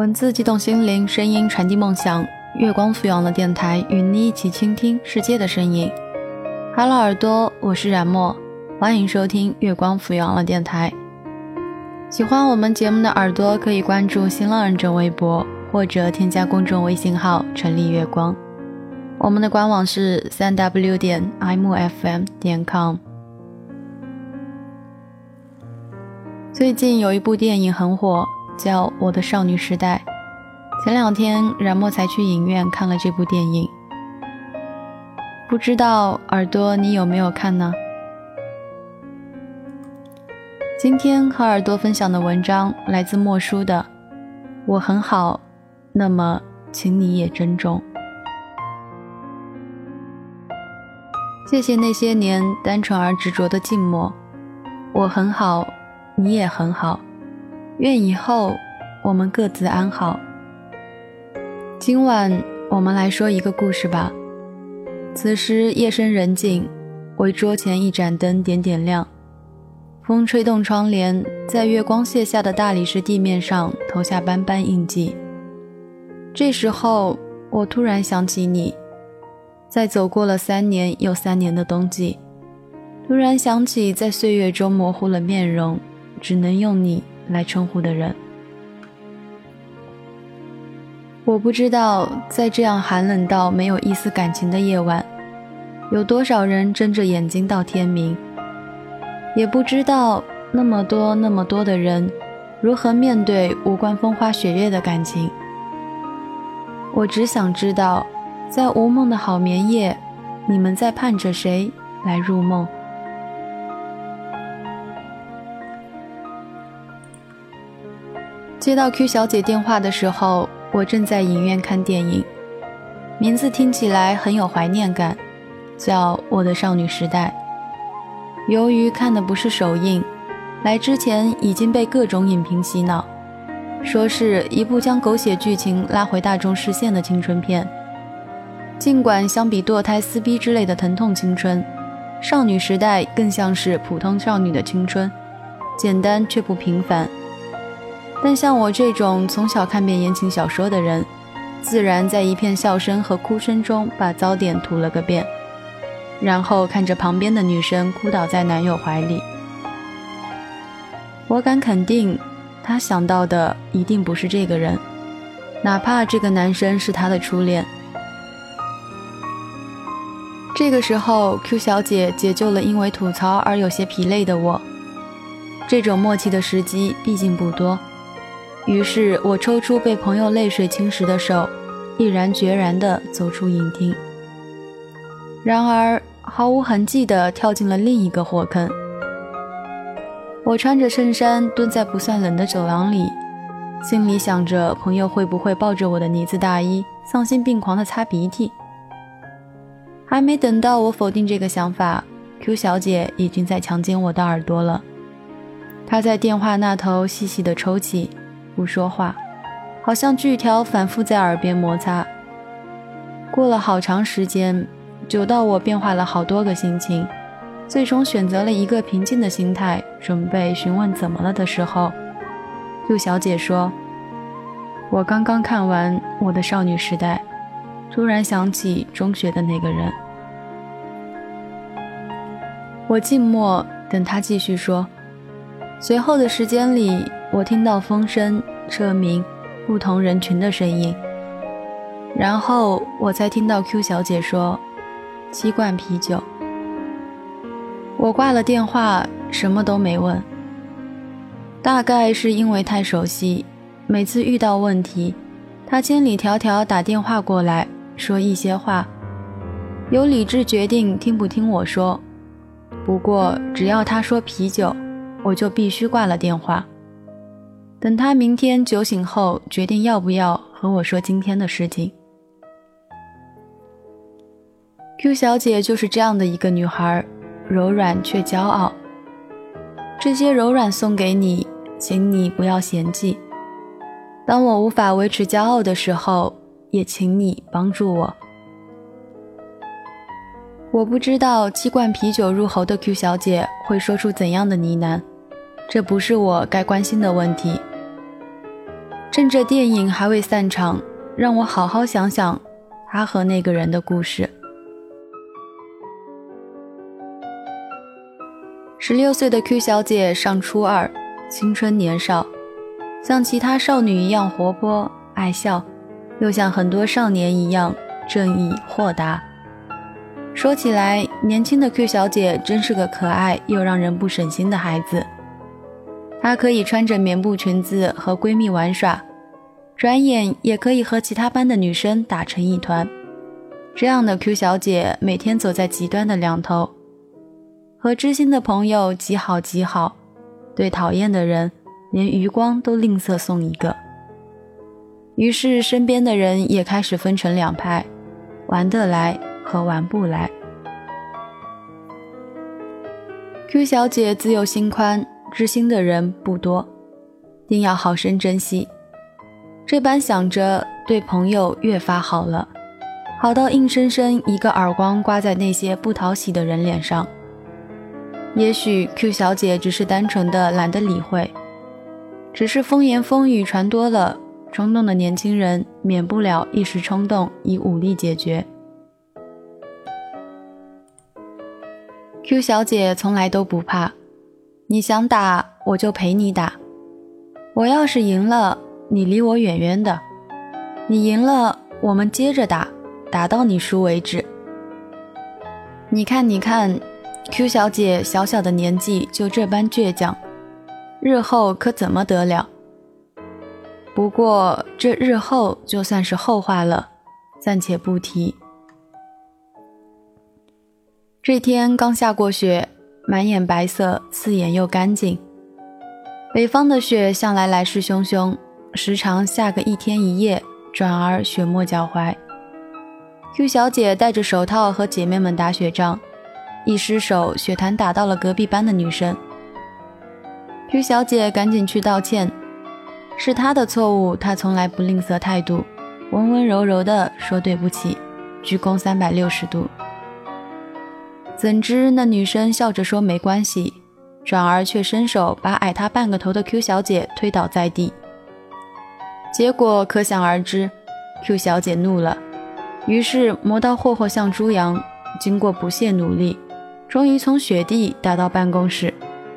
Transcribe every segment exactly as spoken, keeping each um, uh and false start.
文字激动心灵，声音传递梦想。月光抚养了电台，与你一起倾听世界的声音。Hello 耳朵，我是冉墨，欢迎收听月光抚养了电台。喜欢我们节目的耳朵可以关注新浪认证微博，或者添加公众微信号成立月光。我们的官网是 三 w 点 i m f m 点 com。 最近有一部电影很火，叫《我的少女时代》。前两天冉墨才去影院看了这部电影，不知道耳朵你有没有看呢？今天和耳朵分享的文章来自莫书的《我很好，那么请你也珍重》。谢谢那些年单纯而执着的静默，我很好，你也很好，愿以后我们各自安好。今晚我们来说一个故事吧。此时夜深人静，为桌前一盏灯点点亮，风吹动窗帘，在月光泻下的大理石地面上投下斑斑印记。这时候我突然想起你，在走过了三年又三年的冬季，突然想起在岁月中模糊了面容，只能用你来称呼的人。我不知道在这样寒冷到没有一丝感情的夜晚，有多少人睁着眼睛到天明，也不知道那么多那么多的人如何面对无关风花雪月的感情。我只想知道，在无梦的好眠夜，你们在盼着谁来入梦。接到 Q 小姐电话的时候，我正在影院看电影，名字听起来很有怀念感，叫《我的少女时代》。由于看的不是首映，来之前已经被各种影评洗脑，说是一部将狗血剧情拉回大众视线的青春片。尽管相比堕胎撕逼之类的疼痛青春，少女时代更像是普通少女的青春，简单却不平凡。但像我这种从小看遍言情小说的人，自然在一片笑声和哭声中把糟点吐了个遍，然后看着旁边的女生哭倒在男友怀里。我敢肯定，她想到的一定不是这个人，哪怕这个男生是她的初恋。这个时候 Q 小姐解救了因为吐槽而有些疲累的我，这种默契的时机毕竟不多，于是我抽出被朋友泪水侵蚀的手，毅然决然地走出影厅，然而毫无痕迹地跳进了另一个火坑。我穿着衬衫蹲在不算冷的走廊里，心里想着朋友会不会抱着我的呢子大衣丧心病狂地擦鼻涕。还没等到我否定这个想法， Q 小姐已经在强奸我的耳朵了。她在电话那头细细地抽泣，不说话，好像锯条反复在耳边摩擦。过了好长时间，久到我变化了好多个心情，最终选择了一个平静的心态，准备询问怎么了的时候，陆小姐说，我刚刚看完《我的少女时代》，突然想起中学的那个人。我静默等她继续说，随后的时间里，我听到风声、车鸣、不同人群的声音，然后我才听到 Q 小姐说七罐啤酒。我挂了电话，什么都没问。大概是因为太熟悉，每次遇到问题，她千里迢迢打电话过来说一些话，有理智决定听不听我说，不过只要她说啤酒，我就必须挂了电话。等她明天酒醒后决定要不要和我说今天的事情。 Q 小姐就是这样的一个女孩，柔软却骄傲。这些柔软送给你，请你不要嫌弃。当我无法维持骄傲的时候，也请你帮助我。我不知道七罐啤酒入喉的 Q 小姐会说出怎样的呢喃，这不是我该关心的问题。 趁着电影还未散场，让我好好想想他和那个人的故事。十六岁的 Q 小姐上初二，青春年少，像其他少女一样活泼爱笑，又像很多少年一样正义豁达。说起来，年轻的 Q 小姐真是个可爱又让人不省心的孩子。她可以穿着棉布裙子和闺蜜玩耍，转眼也可以和其他班的女生打成一团。这样的 Q 小姐每天走在极端的两头，和知心的朋友极好极好，对讨厌的人连余光都吝啬送一个。于是身边的人也开始分成两派，玩得来和玩不来。 Q 小姐自幼心宽，知心的人不多，定要好生珍惜。这般想着，对朋友越发好了，好到硬生生一个耳光刮在那些不讨喜的人脸上。也许 Q 小姐只是单纯的懒得理会，只是风言风语传多了，冲动的年轻人免不了一时冲动，以武力解决。 Q 小姐从来都不怕，你想打我就陪你打，我要是赢了，你离我远远的，你赢了我们接着打，打到你输为止。你看你看 Q 小姐小小的年纪就这般倔强，日后可怎么得了？不过这日后就算是后话了，暂且不提。这天刚下过雪，满眼白色，刺眼又干净。北方的雪向来来势汹汹，时常下个一天一夜，转而雪没脚踝。 Q 小姐戴着手套和姐妹们打雪仗，一失手，雪弹打到了隔壁班的女生。 Q 小姐赶紧去道歉，是她的错误，她从来不吝啬态度，温温柔柔地说对不起，鞠躬三百六十度。怎知那女生笑着说没关系，转而却伸手把矮她半个头的 Q 小姐推倒在地。结果可想而知， Q 小姐怒了，于是磨刀霍霍向猪羊，经过不懈努力，终于从雪地打到办公室。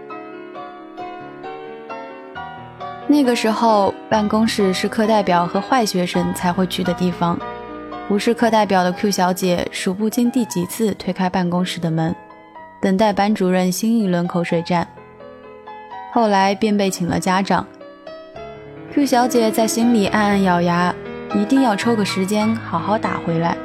那个时候，办公室是课代表和坏学生才会去的地方，不是课代表的 Q 小姐数不清第几次推开办公室的门，等待班主任新一轮口水战。后来便被请了家长。 Q 小姐在心里暗暗咬牙，一定要抽个时间好好打回来。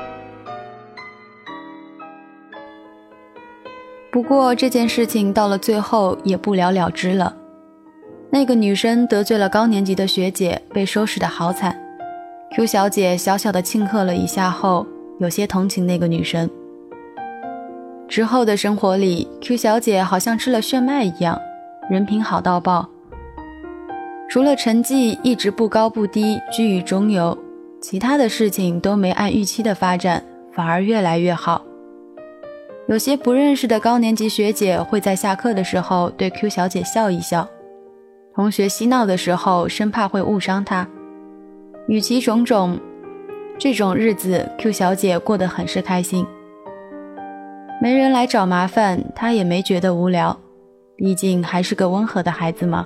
不过这件事情到了最后也不了了之了。那个女生得罪了高年级的学姐，被收拾得好惨。Q 小姐小小的庆贺了一下后，有些同情那个女生。之后的生活里， Q 小姐好像吃了炫迈一样，人品好到爆。除了成绩一直不高不低，居于中游，其他的事情都没按预期的发展，反而越来越好。有些不认识的高年级学姐会在下课的时候对 Q 小姐笑一笑，同学嬉闹的时候生怕会误伤她。与其种种，这种日子 Q 小姐过得很是开心。没人来找麻烦，她也没觉得无聊，毕竟还是个温和的孩子嘛。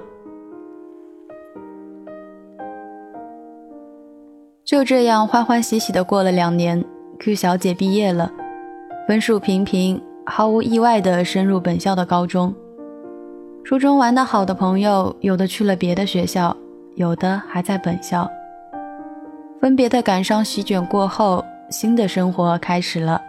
就这样欢欢喜喜地过了两年， Q 小姐毕业了，分数平平，毫无意外地升入本校的高中。初中玩得好的朋友，有的去了别的学校，有的还在本校。分别的感伤席卷过后，新的生活开始了。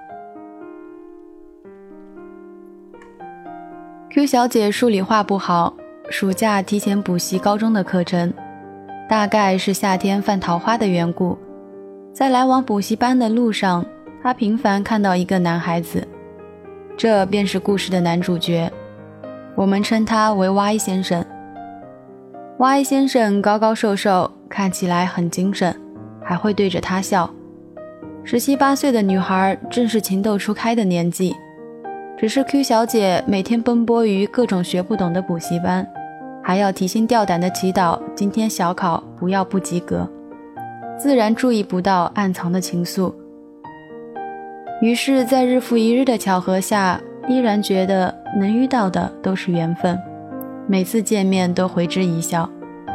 Q 小姐数理化不好，暑假提前补习高中的课程，大概是夏天犯桃花的缘故。在来往补习班的路上，她频繁看到一个男孩子，这便是故事的男主角，我们称他为 Y 先生。 Y 先生高高瘦瘦，看起来很精神，还会对着他笑。十七八岁的女孩正是情窦初开的年纪，只是 Q 小姐每天奔波于各种学不懂的补习班， 还要提心吊胆地祈祷今天小考不要不及格，自然注意不到暗藏的情愫。于是在日复一日的巧合下，依然觉得能遇到的都是缘分，每次见面都回之一笑。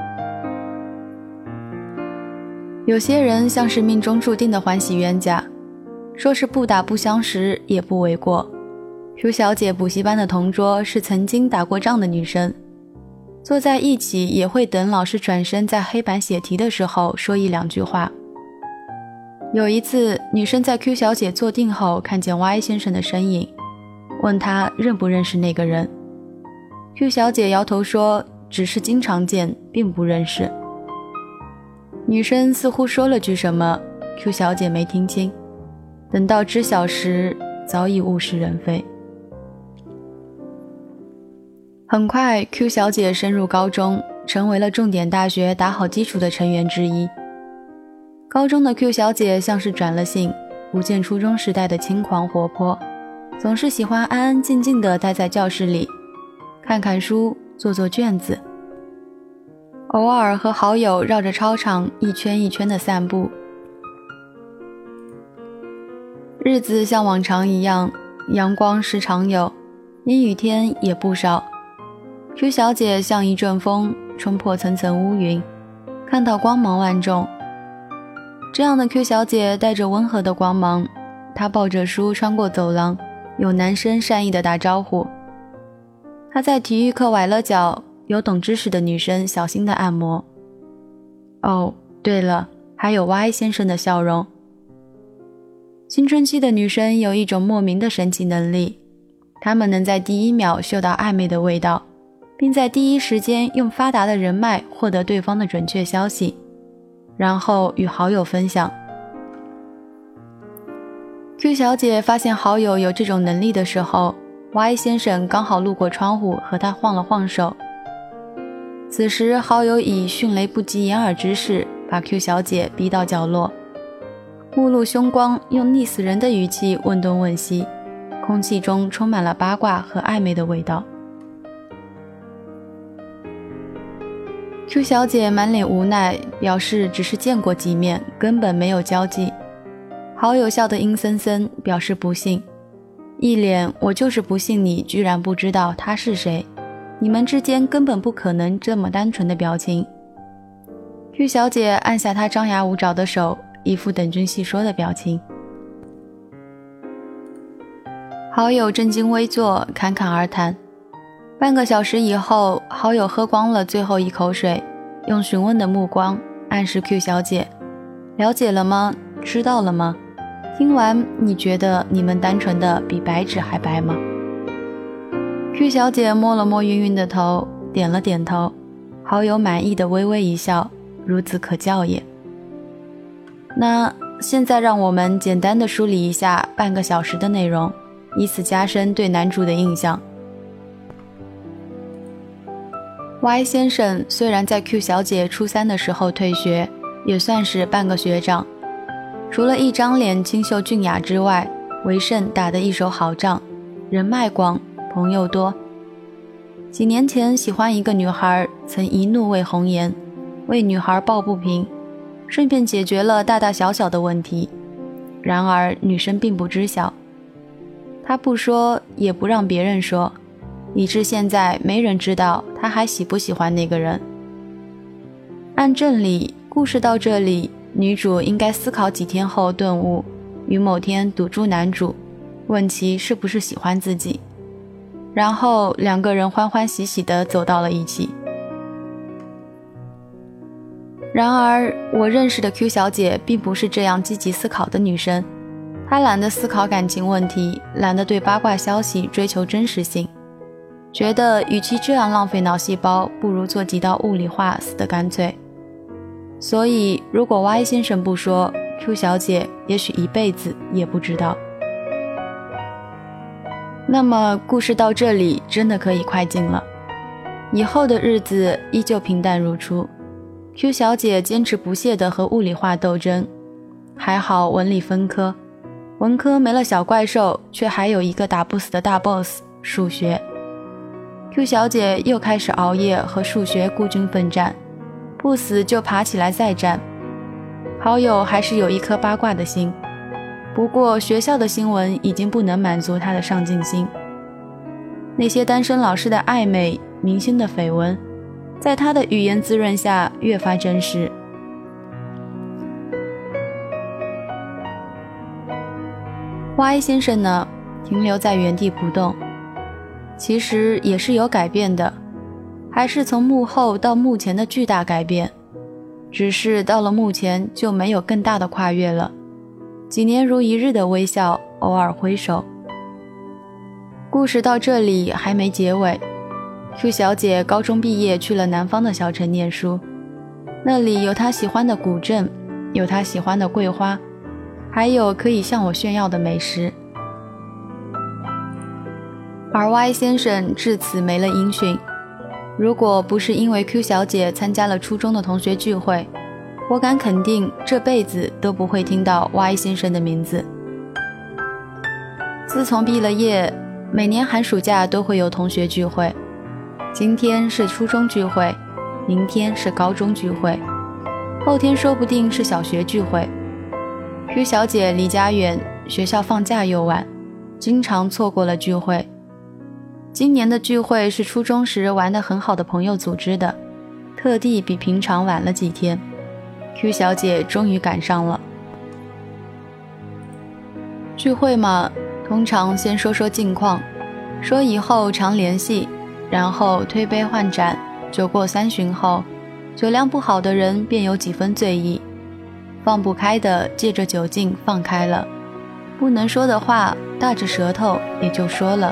有些人像是命中注定的欢喜冤家，说是不打不相识也不为过。 Q 小姐补习班的同桌是曾经打过仗的女生，坐在一起也会等老师转身在黑板写题的时候说一两句话。有一次，女生在 Q 小姐坐定后看见 Y 先生的身影，问她认不认识那个人。 Q 小姐摇头说只是经常见，并不认识。女生似乎说了句什么， Q 小姐没听清，等到知晓时早已物是人非。很快 Q 小姐升入高中，成为了重点大学打好基础的成员之一。高中的 Q 小姐像是转了性，不见初中时代的轻狂活泼，总是喜欢安安静静地待在教室里，看看书，做做卷子，偶尔和好友绕着操场一圈一圈地散步。日子像往常一样，阳光时常有，阴雨天也不少。Q 小姐像一阵风，冲破层层乌云，看到光芒万众。这样的 Q 小姐带着温和的光芒，她抱着书穿过走廊，有男生善意的打招呼。她在体育课崴了脚，有懂知识的女生小心的按摩。哦，对了，还有 Y 先生的笑容。青春期的女生有一种莫名的神奇能力，她们能在第一秒嗅到暧昧的味道，并在第一时间用发达的人脉获得对方的准确消息，然后与好友分享。 Q 小姐发现好友有这种能力的时候， Y 先生刚好路过窗户和她晃了晃手。此时好友以迅雷不及掩耳之势把 Q 小姐逼到角落，目露凶光，用溺死人的语气问东问西，空气中充满了八卦和暧昧的味道。Q 小姐满脸无奈，表示只是见过几面，根本没有交际。好友笑得阴森森，表示不信，一脸我就是不信你居然不知道他是谁，你们之间根本不可能这么单纯的表情。Q 小姐按下他张牙舞爪的手，一副等君细说的表情。好友正襟危坐，侃侃而谈。半个小时以后，好友喝光了最后一口水，用询问的目光暗示 Q 小姐，了解了吗？知道了吗？听完你觉得你们单纯的比白纸还白吗？ Q 小姐摸了摸晕晕的头，点了点头。好友满意的微微一笑，孺子可教也。那现在让我们简单的梳理一下半个小时的内容，以此加深对男主的印象。Y 先生虽然在 Q 小姐初三的时候退学，也算是半个学长，除了一张脸清秀俊雅之外，为胜打得一手好仗，人脉广，朋友多。几年前喜欢一个女孩，曾一怒为红颜，为女孩抱不平，顺便解决了大大小小的问题。然而女生并不知晓，她不说，也不让别人说，以致现在没人知道她还喜不喜欢那个人。按正理，故事到这里，女主应该思考几天后顿悟，于某天堵住男主，问其是不是喜欢自己，然后两个人欢欢喜喜地走到了一起。然而我认识的 Q 小姐并不是这样积极思考的女生，她懒得思考感情问题，懒得对八卦消息追求真实性，觉得与其这样浪费脑细胞，不如做几道物理化死得干脆。所以如果 Y 先生不说， Q 小姐也许一辈子也不知道。那么故事到这里真的可以快进了，以后的日子依旧平淡如初。 Q 小姐坚持不懈地和物理化斗争，还好文理分科，文科没了小怪兽，却还有一个打不死的大 boss 数学。 Q 小姐又开始熬夜和数学孤军奋战，不死就爬起来再战。好友还是有一颗八卦的心，不过学校的新闻已经不能满足他的上进心。那些单身老师的暧昧，明星的绯闻，在他的语言滋润下越发真实。Y 先生呢，停留在原地不动，其实也是有改变的，还是从幕后到幕前的巨大改变，只是到了幕前就没有更大的跨越了，几年如一日的微笑，偶尔挥手。故事到这里还没结尾， Q 小姐高中毕业去了南方的小城念书，那里有她喜欢的古镇，有她喜欢的桂花，还有可以向我炫耀的美食。而 Y 先生至此没了音讯，如果不是因为 Q 小姐参加了初中的同学聚会，我敢肯定这辈子都不会听到 Y 先生的名字。自从毕了业，每年寒暑假都会有同学聚会，今天是初中聚会，明天是高中聚会，后天说不定是小学聚会。 Q 小姐离家远，学校放假又晚，经常错过了聚会。今年的聚会是初中时玩得很好的朋友组织的，特地比平常晚了几天。 Q 小姐终于赶上了。聚会嘛，通常先说说近况，说以后常联系，然后推杯换盏，酒过三巡后，酒量不好的人便有几分醉意，放不开的借着酒劲放开了，不能说的话大着舌头也就说了。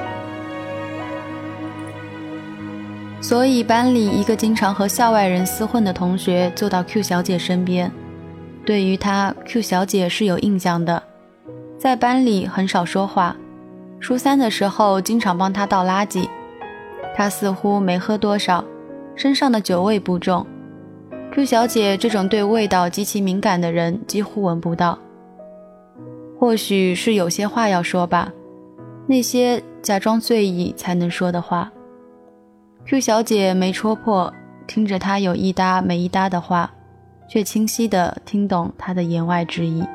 所以班里一个经常和校外人厮混的同学坐到 Q 小姐身边，对于她 Q 小姐是有印象的，在班里很少说话，初三的时候经常帮她倒垃圾，她似乎没喝多少，身上的酒味不重， Q 小姐这种对味道极其敏感的人几乎闻不到。或许是有些话要说吧，那些假装醉意才能说的话。 Q 小姐没戳破，听着她有一搭没一搭的话，却清晰地听懂她的言外之意。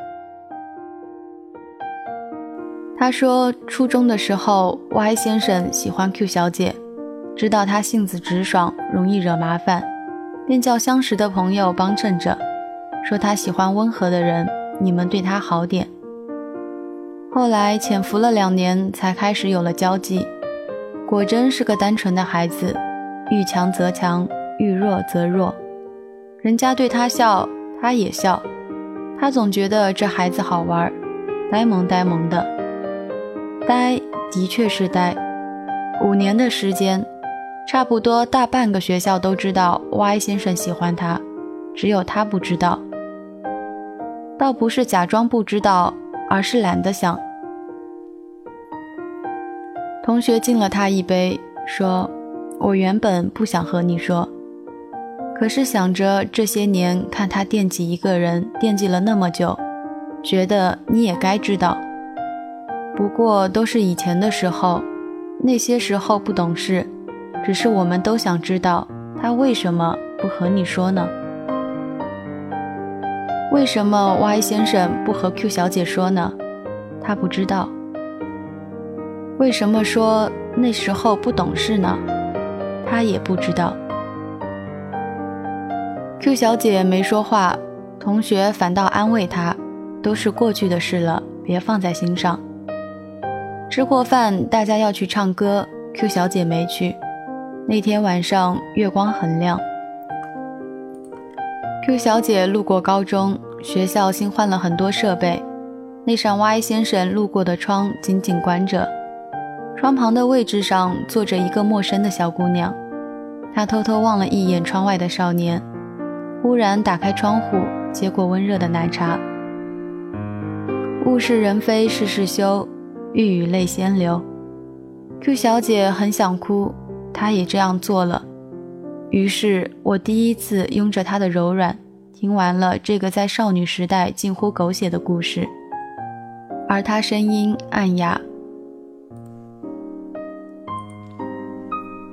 她说初中的时候 Y 先生喜欢 Q 小姐，知道她性子直爽，容易惹麻烦，便叫相识的朋友帮衬着，说她喜欢温和的人，你们对她好点。后来潜伏了两年，才开始有了交际。果真是个单纯的孩子，遇强则强，遇弱则弱。人家对他笑，他也笑。他总觉得这孩子好玩，呆萌呆萌的。呆，的确是呆。五年的时间，差不多大半个学校都知道 Y 先生喜欢他，只有他不知道。倒不是假装不知道，而是懒得想。同学敬了他一杯，说：“我原本不想和你说，可是想着这些年看他惦记一个人，惦记了那么久，觉得你也该知道。不过都是以前的时候，那些时候不懂事，只是我们都想知道他为什么不和你说呢？为什么 Y 先生不和 Q 小姐说呢？他不知道。为什么说那时候不懂事呢？他也不知道。 Q 小姐没说话，同学反倒安慰她，都是过去的事了，别放在心上。吃过饭，大家要去唱歌， Q 小姐没去。那天晚上月光很亮。 Q 小姐路过高中，学校新换了很多设备，那扇 Y 先生路过的窗紧紧关着，窗旁的位置上坐着一个陌生的小姑娘。她偷偷望了一眼窗外的少年，忽然打开窗户，接过温热的奶茶。物是人非事事休，欲语泪先流。 Q 小姐很想哭，她也这样做了。于是我第一次拥着她的柔软，听完了这个在少女时代近乎狗血的故事。而她声音暗哑。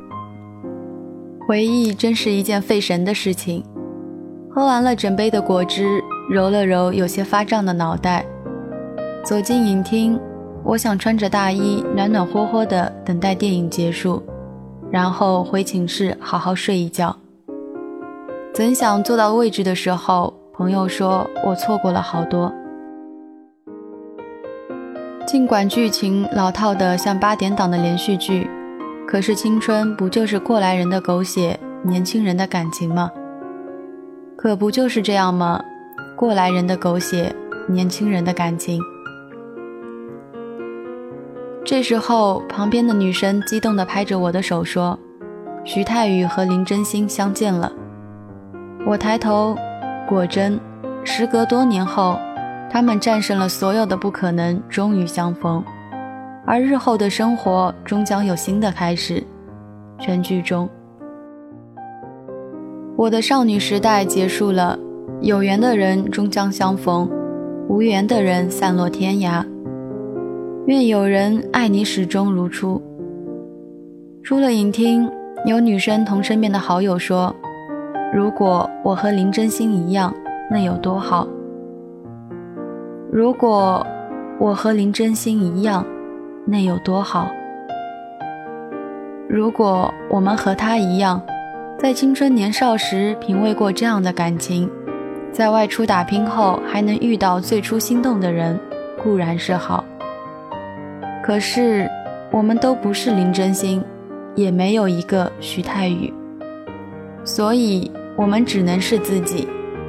回忆真是一件费神的事情。喝完了整杯的果汁，揉了揉有些发胀的脑袋，走进影厅，我想穿着大衣暖暖和和的等待电影结束，然后回寝室好好睡一觉。怎想坐到位置的时候，朋友说我错过了好多。尽管剧情老套的像八点档的连续剧，可是青春不就是过来人的狗血，年轻人的感情吗？可不就是这样吗？过来人的狗血，年轻人的感情。这时候旁边的女生激动地拍着我的手说，徐太宇和林真心相见了。我抬头，果真时隔多年后，他们战胜了所有的不可能，终于相逢，而日后的生活终将有新的开始。全剧终，我的少女时代结束了，有缘的人终将相逢，无缘的人散落天涯。愿有人爱你始终如初。出了影厅，有女生同身边的好友说，如果我和林真心一样，那有多好。如果我和林真心一样，那有多好。如果我们和他一样，在青春年少时品味过这样的感情，在外出打拼后还能遇到最初心动的人，固然是好。可是我们都不是林真心，也没有一个徐太宇，所以我们只能是自己。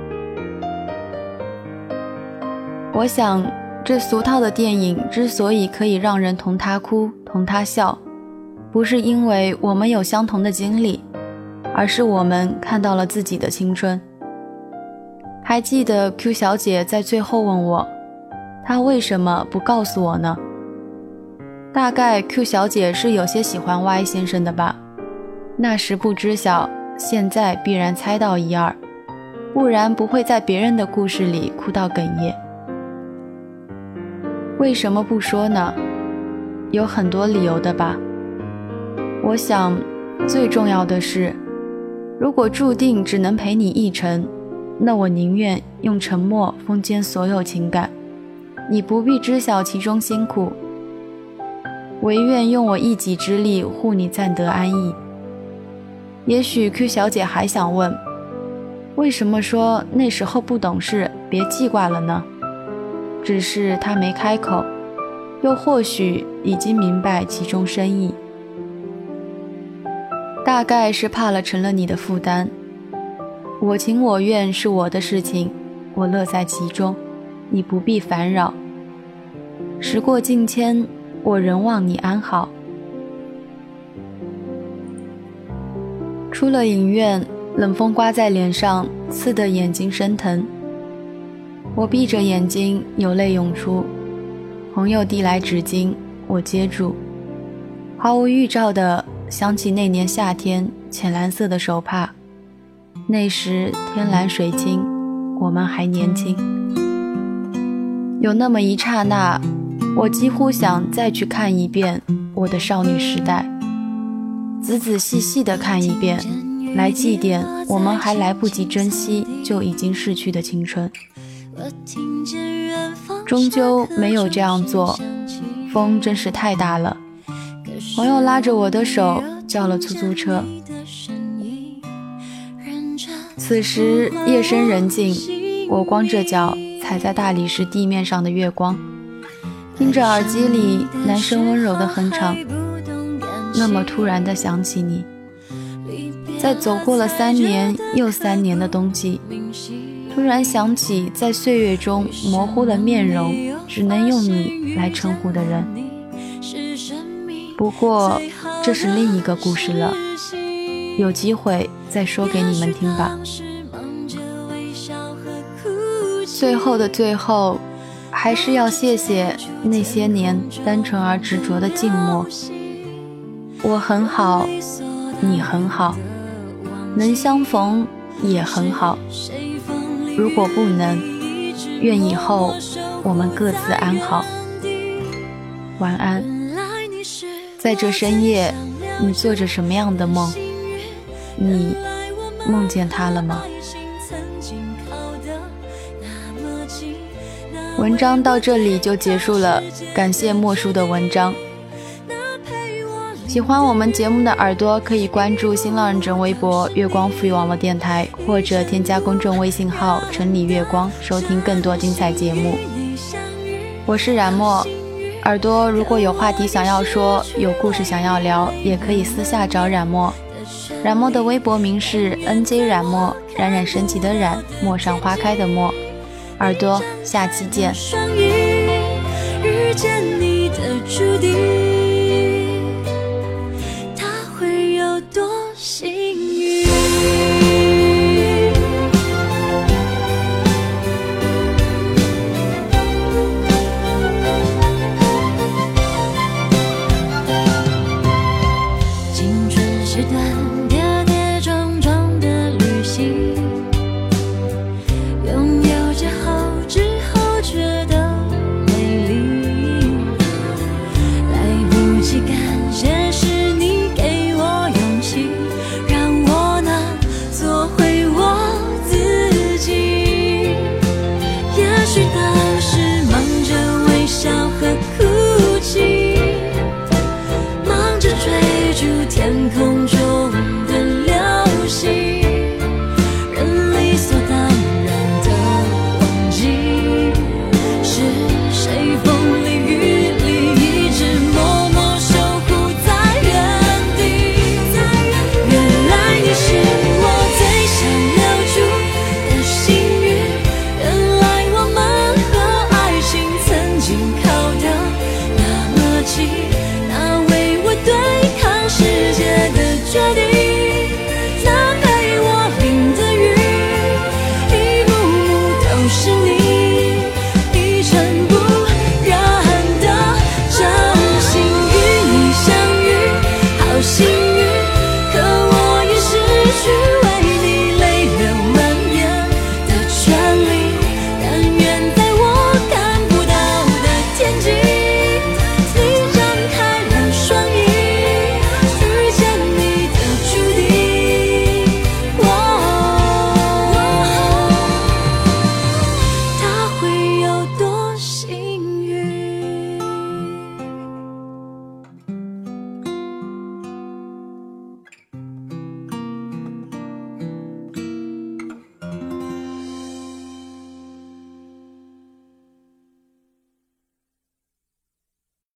我想这俗套的电影之所以可以让人同他哭同他笑，不是因为我们有相同的经历，而是我们看到了自己的青春。还记得 Q 小姐在最后问我，她为什么不告诉我呢？大概 Q 小姐是有些喜欢 Y 先生的吧，那时不知晓，现在必然猜到一二，不然不会在别人的故事里哭到哽咽。为什么不说呢？有很多理由的吧。我想最重要的是，如果注定只能陪你一程，那我宁愿用沉默封缄所有情感，你不必知晓其中辛苦，唯愿用我一己之力护你暂得安逸。也许 Q 小姐还想问，为什么说那时候不懂事，别记挂了呢？只是她没开口，又或许已经明白其中深意。大概是怕了成了你的负担，我情我愿是我的事情，我乐在其中，你不必烦扰。时过境迁，我仍望你安好。出了影院，冷风刮在脸上，刺得眼睛生疼。我闭着眼睛，有泪涌出。朋友递来纸巾，我接住，毫无预兆地想起那年夏天浅蓝色的手帕，那时天蓝水清，我们还年轻。有那么一刹那，我几乎想再去看一遍我的少女时代，仔仔细细地看一遍，来祭奠我们还来不及珍惜就已经逝去的青春。终究没有这样做，风真是太大了。朋友拉着我的手叫了出租车。此时夜深人静，我光着脚踩在大理石地面上的月光，听着耳机里男生温柔的哼唱，那么突然地想起你。在走过了三年又三年的冬季，突然想起在岁月中模糊了面容，只能用你来称呼的人。不过这是另一个故事了，有机会再说给你们听吧。最后的最后，还是要谢谢那些年单纯而执着的静默。我很好，你很好，能相逢也很好。如果不能，愿以后我们各自安好。晚安。在这深夜，你做着什么样的梦？ 你梦见他了吗？文章到这里就结束了，感谢莫叔的文章。喜欢我们节目的耳朵可以关注新浪认证微博月光赋予网络电台，或者添加公众微信号城里月光收听更多精彩节目。我是冉墨，耳朵如果有话题想要说，有故事想要聊，也可以私下找冉墨。冉墨的微博名是 N J 冉墨，冉冉升起的冉，陌上花开的陌。耳朵，下期见。日见你的注定，它会有多幸